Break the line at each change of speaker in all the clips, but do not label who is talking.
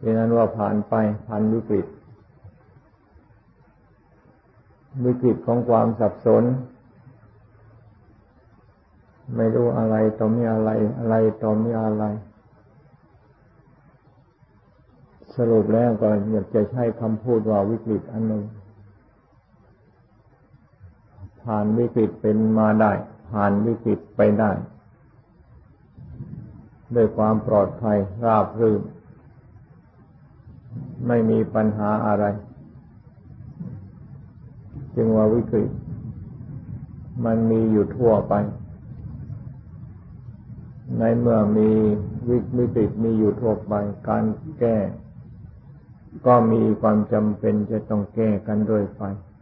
เป็นนั้นว่าผ่านไปผ่านวิกฤตของความสับสนไม่รู้อะไรต่อมีอะไรอะไรต่อมีอะไรสรุปแล้วก็อยากจะใช้คำพูดว่าวิกฤตอันหนึ่งผ่านวิกฤตเป็นมาได้ผ่านวิกฤตไปได้ด้วยความปลอดภัยราบรื่นไม่มีปัญหาอะไรจึงว่าวิกฤตมันมีอยู่ทั่วไปในเมื่อมีวิกฤตมีอยู่ทั่วไปการแก้ก็มีความจำเป็นจะต้องแก้กันเรื่อยไป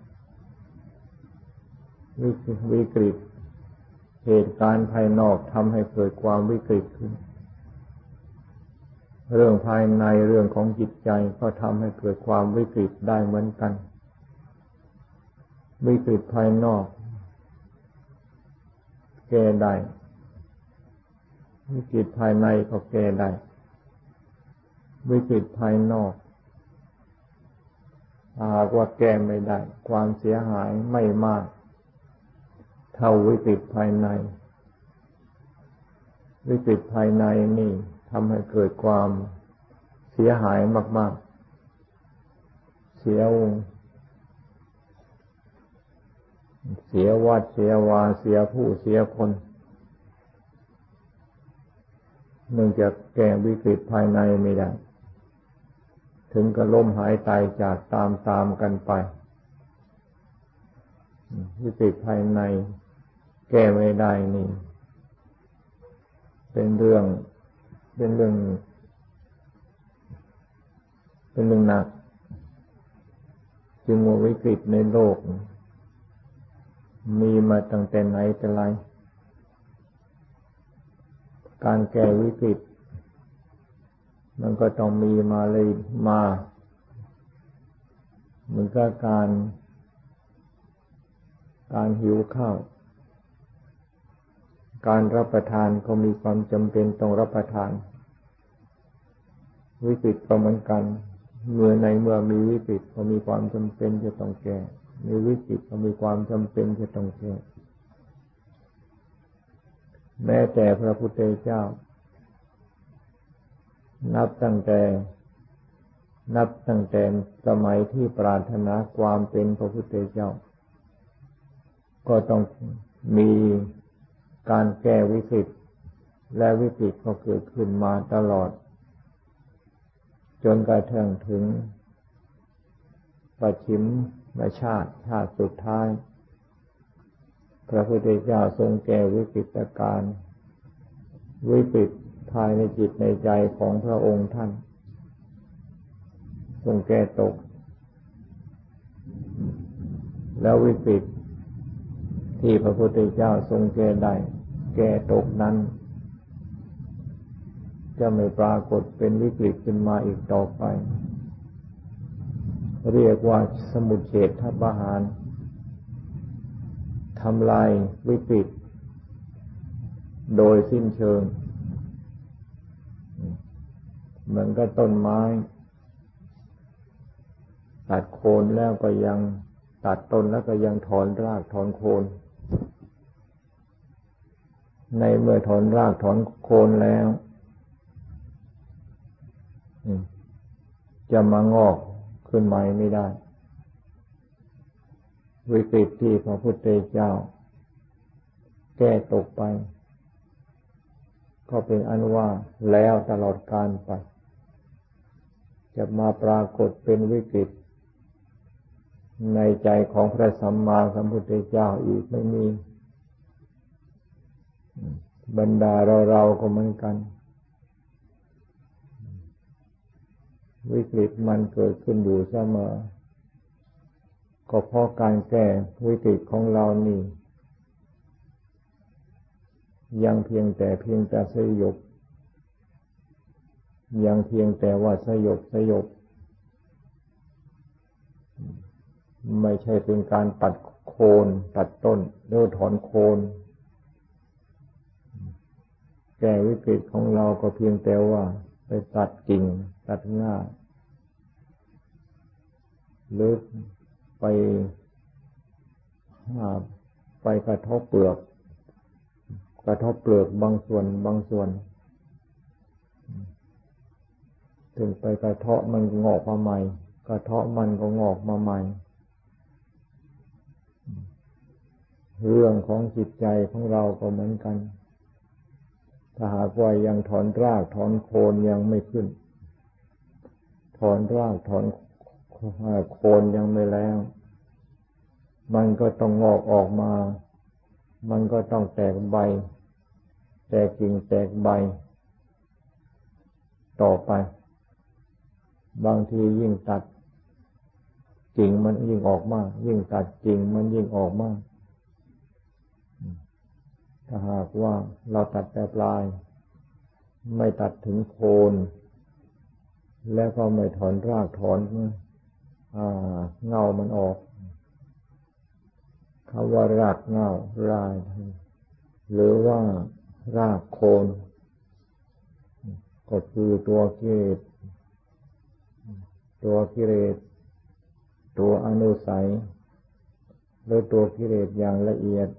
วิกฤตเหตุการณ์ภายนอกทำให้เกิดความวิกฤตขึ้นเรื่องภายในเรื่องของจิตใจก็ทำให้เกิดความวิกฤตได้เหมือนกันวิกฤตภายนอกแก้ได้วิกฤตภายในก็แก้ได้วิกฤตภายนอกหากว่าแก้ไม่ได้ความเสียหายไม่มากเท่าวิกฤตภายในวิกฤตภายในนี่ทำให้เกิดความเสียหายมากๆเสียวัดเสียวาเสียผู้เสียคนเนื่องจากแก้วิกฤตภายในไม่ได้ถึงกับล้มหายตายจากตามกันไปวิกฤตภายในแก้ไม่ได้นี่เป็นเรื่องหนักจึงว่าวิกฤตในโลกมีมาตั้งแต่ไหนแต่ไรการแก้วิกฤตมันก็ต้องมีมาเลยมาเหมือนกับการหิวข้าวการรับประทานก็มีความจำเป็นต้องรับประทานวิกฤตก็เหมือนกันเมื่อมีวิกฤตก็มีความจำเป็นจะต้องแก้มีวิกฤตก็มีความจำเป็นจะต้องแก้แม้แต่พระพุทธเจ้านับตั้งแต่สมัยที่ปรารถนาความเป็นพระพุทธเจ้าก็ต้องมีการแก้วิกฤตและวิกฤตก็เกิดขึ้นมาตลอดจนกระทั่งถึงปัจฉิมชาติสุดท้ายพระพุทธเจ้าทรงแก้วิกฤตการณ์วิกฤตภายในจิตในใจของพระองค์ท่านทรงแก้ตกแล้ววิกฤตที่พระพุทธเจ้าทรงแก้ได้แก้ตกนั้นจะไม่ปรากฏเป็นวิกฤตขึ้นมาอีกต่อไปเรียกว่าสมุจเฉทประหารทำลายวิกฤตโดยสิ้นเชิงเหมือนกับต้นไม้ตัดโคนแล้วก็ยังตัดต้นแล้วก็ยังถอนรากถอนโคนในเมื่อถอนรากถอนโคนแล้วจะมางอกขึ้นใหม่ไม่ได้วิกฤตที่พระพุทธเจ้าแก้ตกไปก็เป็นอันว่าแล้วตลอดกาลไปจะมาปรากฏเป็นวิกฤตในใจของพระสัมมาสัมพุทธเจ้าอีกไม่มีบรรดาเราก็เหมือนกันวิกฤตมันเกิดขึ้นอยู่เสมอก็เพราะการแก้วิกฤตของเรานี่ยังเพียงแต่สยบยังเพียงแต่ว่าสยบไม่ใช่เป็นการตัดโคนตัดต้นหรือถอนโคนแก้วิกฤตของเราก็เพียงแต่ว่าไปตัดกิ่งตัดง่าหรือไปกระทบเปลือกบางส่วนถึงไปกระเทาะมันงอกมาใหม่กระเทาะมันก็งอกมาใหม่เรื่องของจิตใจของเราก็เหมือนกันถ้าหากว่ายังถอนรากถอนโคนยังไม่ขึ้นถอนรากถอนโคนยังไม่แล้วมันก็ต้องงอกออกมามันก็ต้องแตกใบแตกกิ่งแตกใบต่อไปบางทียิ่งตัดกิ่งมันยิ่งออกมากยิ่งตัดกิ่งมันยิ่งออกมากถ้าหากว่าเราตัดแต่ปลายไม่ตัดถึงโคนแล้วก็ไม่ถอนรากถอนเงามันออกคำว่ารากเงารายหรือว่ารากโคนก็คือตัวกิเลสตัวอนุสัยหรือตัวกิเลสอย่างละเอียด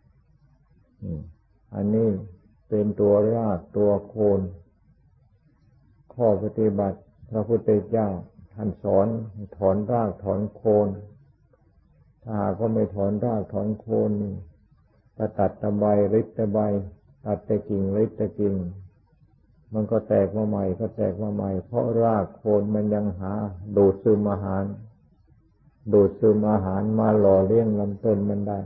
อันนี้เป็นตัวรากตัวโคนข้อปฏิบัติพระพุทธเจ้าท่านสอนให้ถอนรากถอนโคนถ้าหากว่าไม่ถอนรากถอนโคนก็ตัดแต่ใบริดแต่ใบตัดแต่กิ่งริดแต่กิ่งมันก็แตกมาใหม่เพราะรากโคนมันยังดูดซึมอาหารมาหล่อเลี้ยงลำต้นมันได้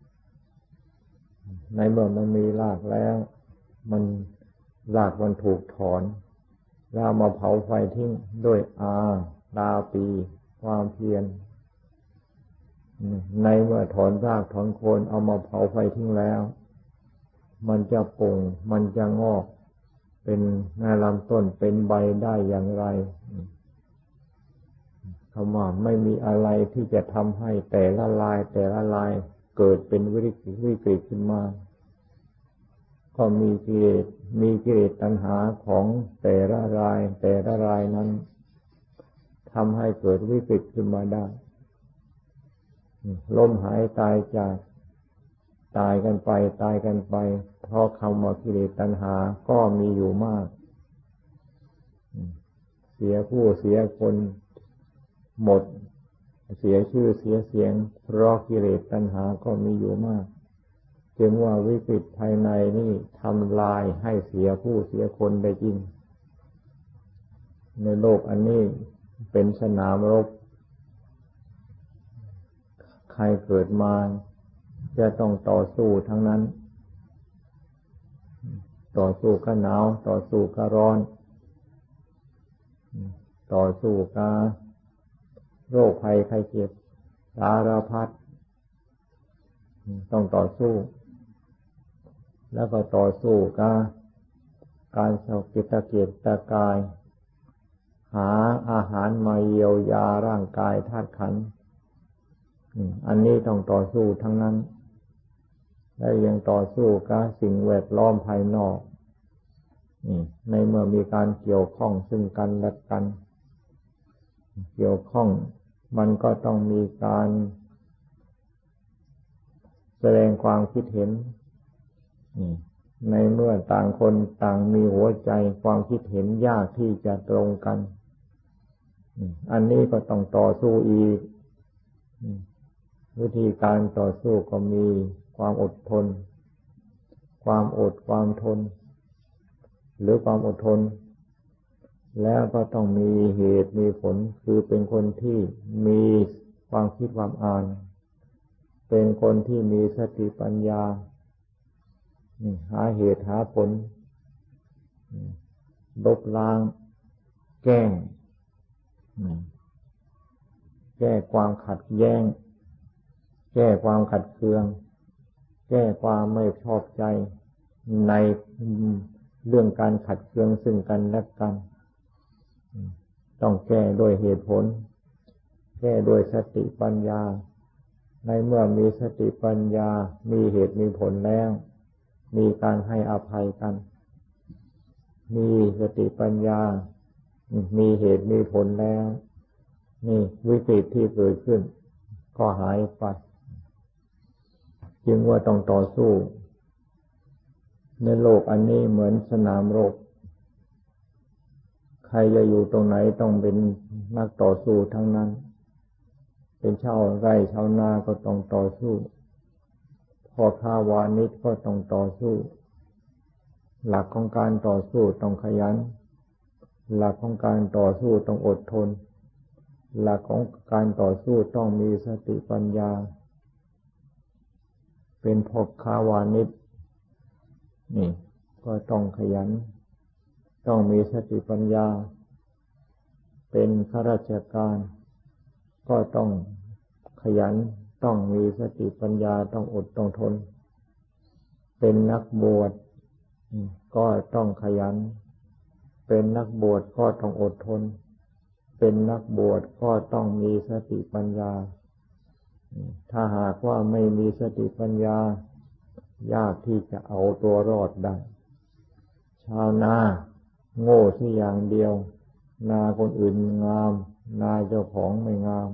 ในเมื่อมันมีรากแล้วรากมันถูกถอนแล้วมาเผาไฟทิ้งด้วยตาปีความเพียรในเมื่อถอนรากถอนโคนเอามาเผาไฟทิ้งแล้วมันจะป่งมันจะงอกเป็นหน้าลำต้นเป็นใบได้อย่างไรคำว่าไม่มีอะไรที่จะทำให้แต่ละลายเกิดเป็นวิกฤตขึ้นมาก็มีกิเลสตัณหาของแต่ละรายนั้นทำให้เกิดวิกฤตขึ้นมาได้ล้มหายตายจากตายกันไปเพราะคำว่ากิเลสตัณหาก็มีอยู่มากเสียผู้เสียคนหมดเสียชื่อเสียเสียงเพราะกิเลสตัณหาก็มีอยู่มากจึงว่าวิกฤตภายในนี่ทำลายให้เสียผู้เสียคนได้จริงในโลกอันนี้เป็นสนามรบใครเกิดมาจะต้องต่อสู้ทั้งนั้นต่อสู้กับหนาวต่อสู้กับร้อนต่อสู้กับโรคภัยไข้เจ็บสารพัดต้องต่อสู้แล้วก็ต่อสู้กับการเศร้ากิตะเกียกตะกายหาอาหารมาเยียวยาร่างกายธาตุขันธ์อันนี้ต้องต่อสู้ทั้งนั้นและยังต่อสู้กับสิ่งแวดล้อมภายนอกในเมื่อมีการเกี่ยวข้องซึ่งกันและกันเกี่ยวข้องมันก็ต้องมีการแสดงความคิดเห็นในเมื่อต่างคนต่างมีหัวใจความคิดเห็นยากที่จะตรงกันอันนี้ก็ต้องต่อสู้อีกวิธีการต่อสู้ก็มีความอดทนความทนหรือความอดทนแล้วก็ต้องมีเหตุมีผลคือเป็นคนที่มีความคิดความอ่านเป็นคนที่มีสติปัญญาหาเหตุหาผลลบล้างแก้ความขัดแย้งแก้ความขัดเคืองแก้ความไม่ชอบใจในเรื่องการขัดเคืองซึ่งกันและกันต้องแก้ด้วยเหตุผลแก้ด้วยสติปัญญาในเมื่อมีสติปัญญามีเหตุมีผลแล้วมีการให้อภัยกันมีสติปัญญามีเหตุมีผลแล้วนี่วิกฤตที่เกิดขึ้นก็หายไปจึงว่าต้องต่อสู้ในโลกอันนี้เหมือนสนามรบใครจะอยู่ตรงไหนต้องเป็นนักต่อสู้ทั้งนั้นเป็นชาวไร่ชาวนาก็ต้องต่อสู้พ่อค้าวานิชก็ต้องต่อสู้หลักของการต่อสู้ต้องขยันหลักของการต่อสู้ต้องอดทนหลักของการต่อสู้ต้องมีสติปัญญาเป็นพ่อค้าวานิชนี่ก็ต้องขยันต้องมีสติปัญญาเป็นข้าราชการก็ต้องขยันต้องมีสติปัญญาต้องอดต้องทนเป็นนักบวชก็ต้องขยันเป็นนักบวชก็ต้องอดทนเป็นนักบวชก็ต้องมีสติปัญญาถ้าหากว่าไม่มีสติปัญญายากที่จะเอาตัวรอดได้ชาวนาโง่ที่อย่างเดียวนาคนอื่นงามนาเจ้าของไม่งาม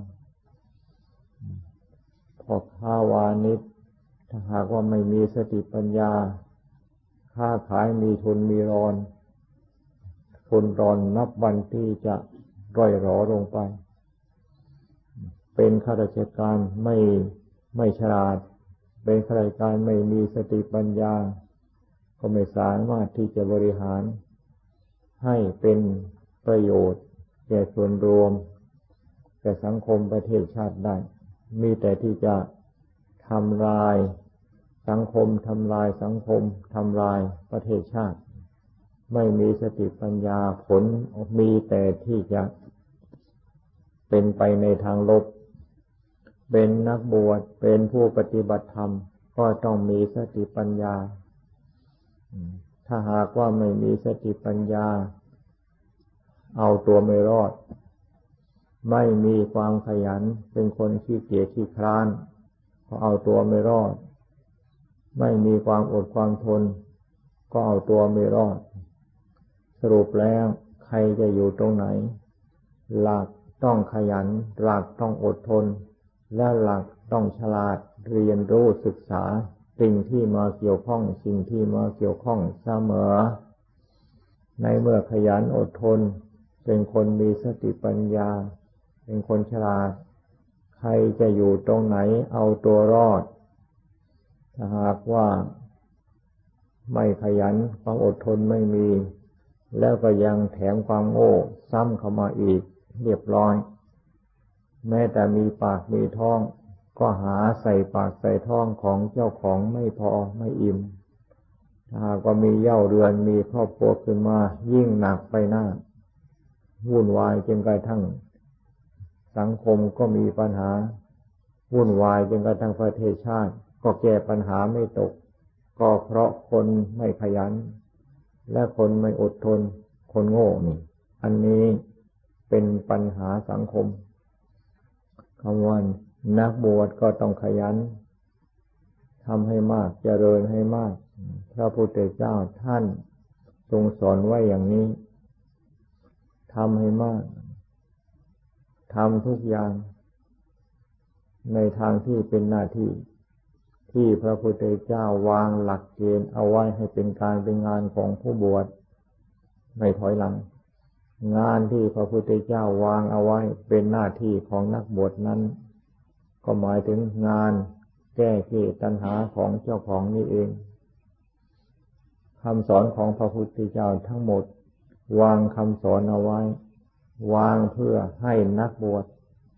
พ่อค้าวานิชถ้าหากว่าไม่มีสติปัญญาค้าขายมีทุนมีรอนทุนรอนนับวันที่จะร่อยหรอลงไปเป็นข้าราชการไม่ฉลาดเป็นข้าราชการไม่มีสติปัญญาก็ไม่สามารถที่จะบริหารให้เป็นประโยชน์แก่ส่วนรวมแก่สังคมประเทศชาติได้มีแต่ที่จะทำลายสังคมทำลายสังคมทำลายประเทศชาติไม่มีสติปัญญาผลมีแต่ที่จะเป็นไปในทางลบเป็นนักบวชเป็นผู้ปฏิบัติธรรมก็ต้องมีสติปัญญาถ้าหากว่าไม่มีสติปัญญาเอาตัวไม่รอดไม่มีความขยันเป็นคนขี้เกียจขี้คร้านก็เอาตัวไม่รอดไม่มีความอดความทนก็เอาตัวไม่รอดสรุปแล้วใครจะอยู่ตรงไหนหลักต้องขยันหลักต้องอดทนและหลักต้องฉลาดเรียนรู้ศึกษาสิ่งที่มาเกี่ยวข้องสิ่งที่มาเกี่ยวข้องเสมอในเมื่อขยันอดทนเป็นคนมีสติปัญญาเป็นคนฉลาดใครจะอยู่ตรงไหนเอาตัวรอดถ้าหากว่าไม่ขยันความอดทนไม่มีแล้วก็ยังแถมความโง่ซ้ำเข้ามาอีกเรียบร้อยแม้แต่มีปากมีท้องก็หาใส่ปากใส่ท้องของเจ้าของไม่พอไม่อิ่มถ้าหากว่ามีเหย้าเรือนมีครอบครัวขึ้นมายิ่งหนักไปหน้าวุ่นวายจนกระทั่งสังคมก็มีปัญหาวุ่นวายจนกระทั่งประเทศชาติก็แก้ปัญหาไม่ตกก็เพราะคนไม่ขยันและคนไม่อดทนคนโง่นี่อันนี้เป็นปัญหาสังคมคำว่านักบวชก็ต้องขยันทำให้มากเจริญให้มากพระพุทธเจ้าท่านทรงสอนไว้อย่างนี้ทำให้มากทำทุกอย่างในทางที่เป็นหน้าที่ที่พระพุทธเจ้าวางหลักเกณฑ์เอาไว้ให้เป็นการเป็นงานของผู้บวชไม่ถอยหลังงานที่พระพุทธเจ้าวางเอาไว้เป็นหน้าที่ของนักบวชนั้นก็หมายถึงงานแก้กิเลสตัณหาของเจ้าของนี่เองคำสอนของพระพุทธเจ้าทั้งหมดวางคำสอนเอาไว้วางเพื่อให้นักบวช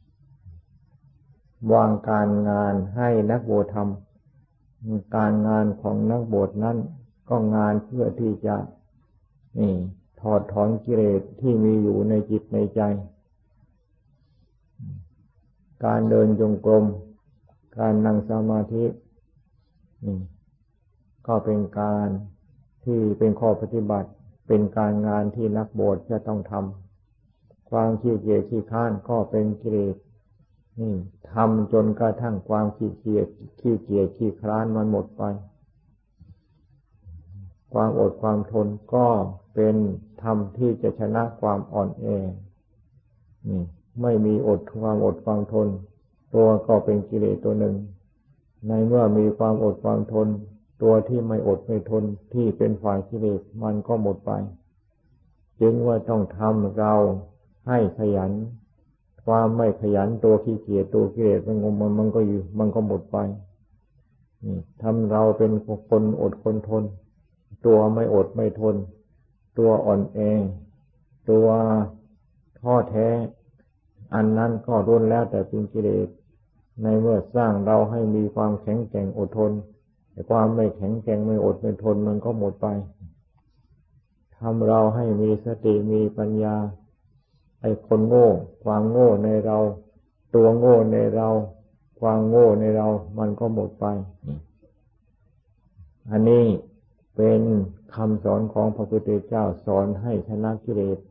วางการงานให้นักบวชทำการงานของนักบวชนั้นก็งานเพื่อที่จะถอดถอนกิเลสที่มีอยู่ในจิตในใจการเดินจงกรมการนั่งสมาธิก็เป็นการที่เป็นข้อปฏิบัติเป็นการงานที่นักบวชจะต้องทำความขี้เกียจขี้คร้านก็เป็นกิเลสทำจนกระทั่งความขี้เกียจขี้คร้านมันหมดไปความอดความทนก็เป็นธรรมที่จะชนะความอ่อนแอนี่ไม่มีความอดความทนตัวก็เป็นกิเลสตัวหนึ่งในเมื่อมีความอดความทนตัวที่ไม่อดไม่ทนที่เป็นฝ่ายกิเลสมันก็หมดไปจึงว่าต้องทำเราให้ขยันความไม่ขยันตัวขี้เกียจตัวกิเลสมันก็หมดไปนี่ทำเราเป็นคนอดคนทนตัวไม่อดไม่ทนตัวอ่อนแอตัวท้อแท้อันนั้นก็ล้วนแล้วแต่เป็นกิเลสในเมื่อสร้างเราให้มีความแข็งแกร่งอดทนแต่ความไม่แข็งแกร่งไม่อดไม่ทนมันก็หมดไปทำเราให้มีสติมีปัญญาไอ้คนโง่ความโง่ในเราตัวโง่ในเราความโง่ในเรามันก็หมดไปอันนี้เป็นคำสอนของพระพุทธเจ้าสอนให้ชนะกิเลส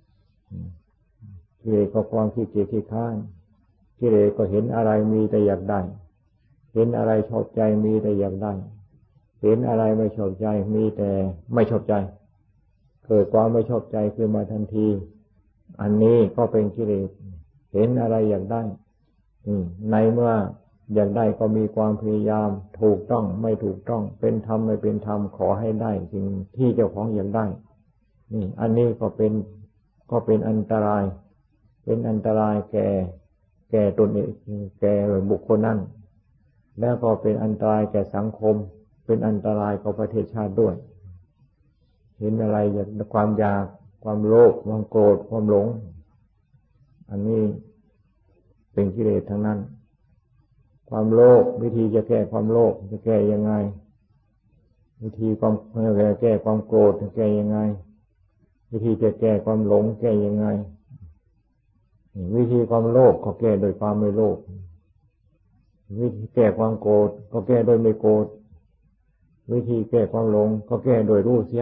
กิเลสก็ความขี้เกียจขี้ค้านกิเลสก็เห็นอะไรมีแต่อยากได้เห็นอะไรชอบใจมีแต่อยากได้เห็นอะไรไม่ชอบใจมีแต่ไม่ชอบใจเกิดความไม่ชอบใจขึ้นมาทันทีอันนี้ก็เป็นกิเลสเห็นอะไรอยากได้ในเมื่ออยากได้ก็มีความพยายามถูกต้องไม่ถูกต้องเป็นธรรมไม่เป็นธรรมขอให้ได้สิ่งที่เจ้าของอยากได้นี่อันนี้ก็เป็นอันตรายเป็นอันตรายแก่ตนเองแก่บุคคลนั้นแล้วก็เป็นอันตรายแก่สังคมเป็นอันตรายกับประเทศชาติด้วยเห็นอะไรความอยากความโลภความโกรธความหลงอันนี้เป็นกิเลสทั้งนั้นความโลภวิธีจะแก้ความโลภจะแก้ยังไงวิธีแก้ความโกรธจะแก้ยังไงวิธีจะแก้ความหลงแก้ยังไงวิธีความโลภก็แก้โดยความไม่โลภวิธีแก้ความโกรธก็แก้โดยไม่โกรธวิธีแก้ความหลงก็แก้โดยรู้เสีย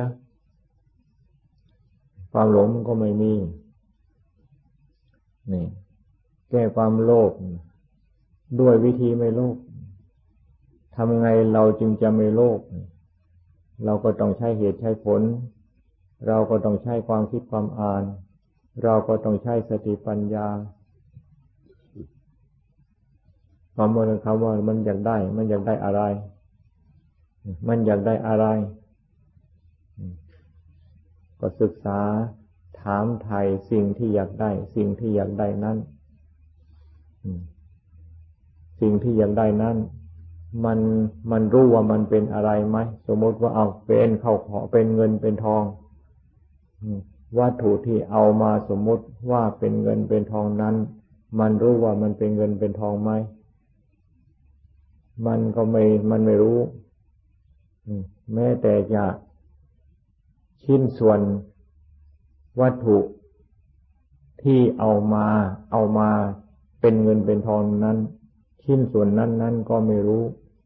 ความหลงมันก็ไม่มีนี่แก้ความโลภด้วยวิธีไม่โลภทำไงเราจึงจะไม่โลภเราก็ต้องใช้เหตุใช้ผลเราก็ต้องใช้ความคิดความอ่านเราก็ต้องใช้สติปัญญาความหมายคำว่ามันอยากได้อะไรมันอยากได้อะไรก็ศึกษาถามไถ่สิ่งที่อยากได้สิ่งที่อยากได้นั้นสิ่งที่อยากได้นั้นมันรู้ว่ามันเป็นอะไรไหมสมมติว่าเอาเป็นเข้าของเป็นเงินเป็นทองวัตถุที่เอามาสมมติว่าเป็นเงินเป็นทองนั้นมันรู้ว่ามันเป็นเงินเป็นทองไหมมันไม่รู้แม้แต่จะชิ้นส่วนวัตถุที่เอามาเป็นเงินเป็นทองนั้นชิ้นส่วนนั้นก็ไม่รู้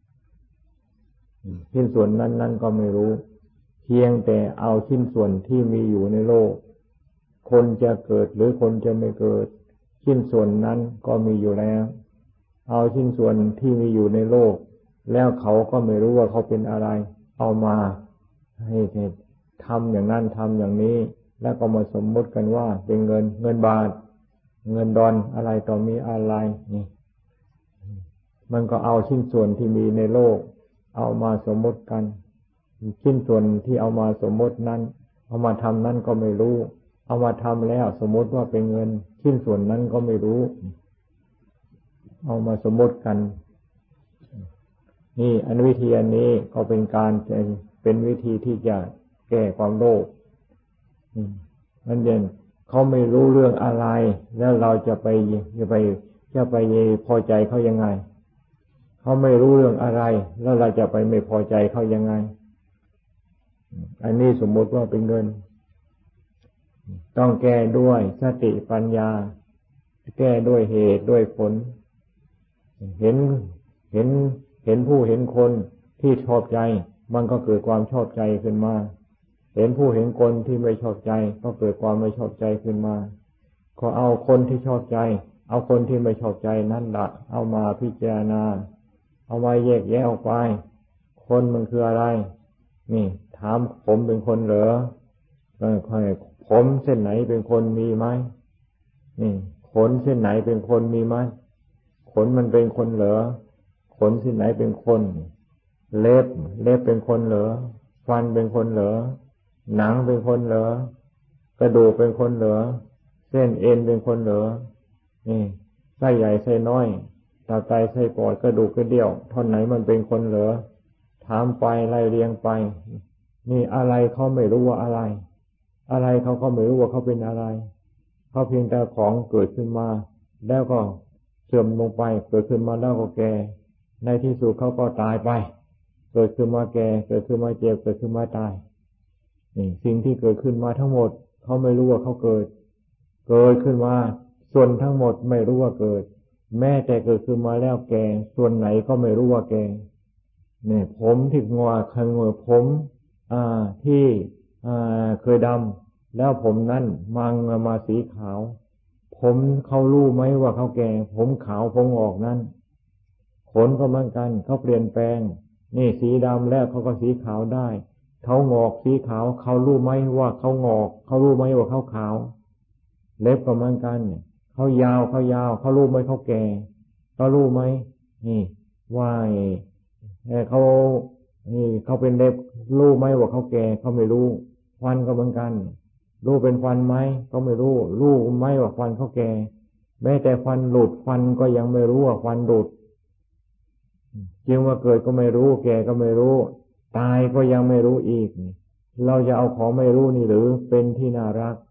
ชิ้นส่วนนั้นก็ไม่รู้เพียงแต่เอาชิ้นส่วนที่มีอยู่ในโลกคนจะเกิดหรือคนจะไม่เกิดชิ้นส่วนนั้นก็มีอยู่แล้วเอาชิ้นส่วนที่มีอยู่ในโลกแล้วเขาก็ไม่รู้ว่าเขาเป็นอะไรเอามาให้ทำอย่างนั้นทำอย่างนี้แล้วก็มาสมมติกันว่าเป็นเงินบาทเงินดอลอะไรต่อมีอะไรนี่มันก็เอาชิ้นส่วนที่มีในโลกเอามาสมมติกันชิ้นส่วนที่เอามาสมมตินั้นเอามาทำนั้นก็ไม่รู้เอามาทำแล้วสมมติว่าเป็นเงินชิ้นส่วนนั้นก็ไม่รู้เอามาสมมติกันนี่วิธีอันนี้ก็เป็นวิธีที่จะแก้ความโลภนั่นเองเขาไม่รู้เรื่องอะไรแล้วเราจะไปพอใจเขายังไงเขาไม่รู้เรื่องอะไรแล้วเราจะไปไม่พอใจเขายังไงอันนี้สมมติว่าเป็นเงินต้องแก้ด้วยสติปัญญาแก้ด้วยเหตุด้วยผลเห็นผู้เห็นคนที่ชอบใจมันก็เกิดความชอบใจขึ้นมาเห็นผู้เห็นคนที่ไม่ชอบใจก็เกิดความไม่ชอบใจขึ้นมาก็เอาคนที่ชอบใจเอาคนที่ไม่ชอบใจนั่นละเอามาพิจารณาเอาไว้แยกแยะออกไปคนมันคืออะไรนี่ถามผมเป็นคนเหรอผมเส้นไหนเป็นคนมีไหมนี่ขนเส้นไหนเป็นคนมีไหมขนมันเป็นคนเหรอขนเส้นไหนเป็นคนเล็บเป็นคนเหรอฟันเป็นคนเหรอหนังเป็นคนเหรอกระดูกเป็นคนเหรอเส้นเอ็นเป็นคนเหรอนี่ไส้ใหญ่ไส้น้อยตับไตไส้ปอดกระดูกกระเดี่ยวท่อนไหนมันเป็นคนเหรอถามไปไล่เรียงไปนี่อะไรเขาไม่รู้ว่าอะไรอะไรเขาก็ไม่รู้ว่าเขาเป็นอะไรเขาเพียงแต่ของเกิดขึ้นมาแล้วก็เสื่อมลงไปเกิดขึ้นมาแล้วก็แก่ในที่สุดเขาก็ตายไปเกิดขึ้นมาแก่เกิดขึ้นมาเจ็บเกิดขึ้นมาตายนี่สิ่งที่เกิดขึ้นมาทั้งหมดเขาไม่รู้ว่าเขาเกิดขึ้นมาส่วนทั้งหมดไม่รู้ว่าเกิดแม้แต่เกิดขึ้นมาแล้วแก่ส่วนไหนก็ไม่รู้ว่าแก่เนี่ยผมที่งอคันงอผมที่เคยดำแล้วผมนั่นมาสีขาวผมเขารู้ไหมว่าเขาแก่ผมขาวผมงอกนั้นขนก็เหมือนกันเขาเปลี่ยนแปลงนี่สีดำแล้วเขาก็สีขาวได้เขางอกสีขาวเขารู้ไหมว่าเขางอกเขารู้ไหมว่าเขาขาวเล็บก็เหมือนกันเขายาวเขารู้ไหมเขาแก่เขารู้ไหมนี่ว่าเขาเป็นเล็บรู้ไหมว่าเขาแก่เขาไม่รู้ฟันก็เหมือนกันรู้เป็นฟันไหมก็ไม่รู้ไหมว่าฟันเขาแก่แม้แต่ฟันหลุดฟันก็ยังไม่รู้ว่าฟันหลุดจึงว่าเกิดก็ไม่รู้แก่ก็ไม่รู้ตายก็ยังไม่รู้อีกเราจะเอาของไม่รู้นี่หรือเป็นที่น่ารัก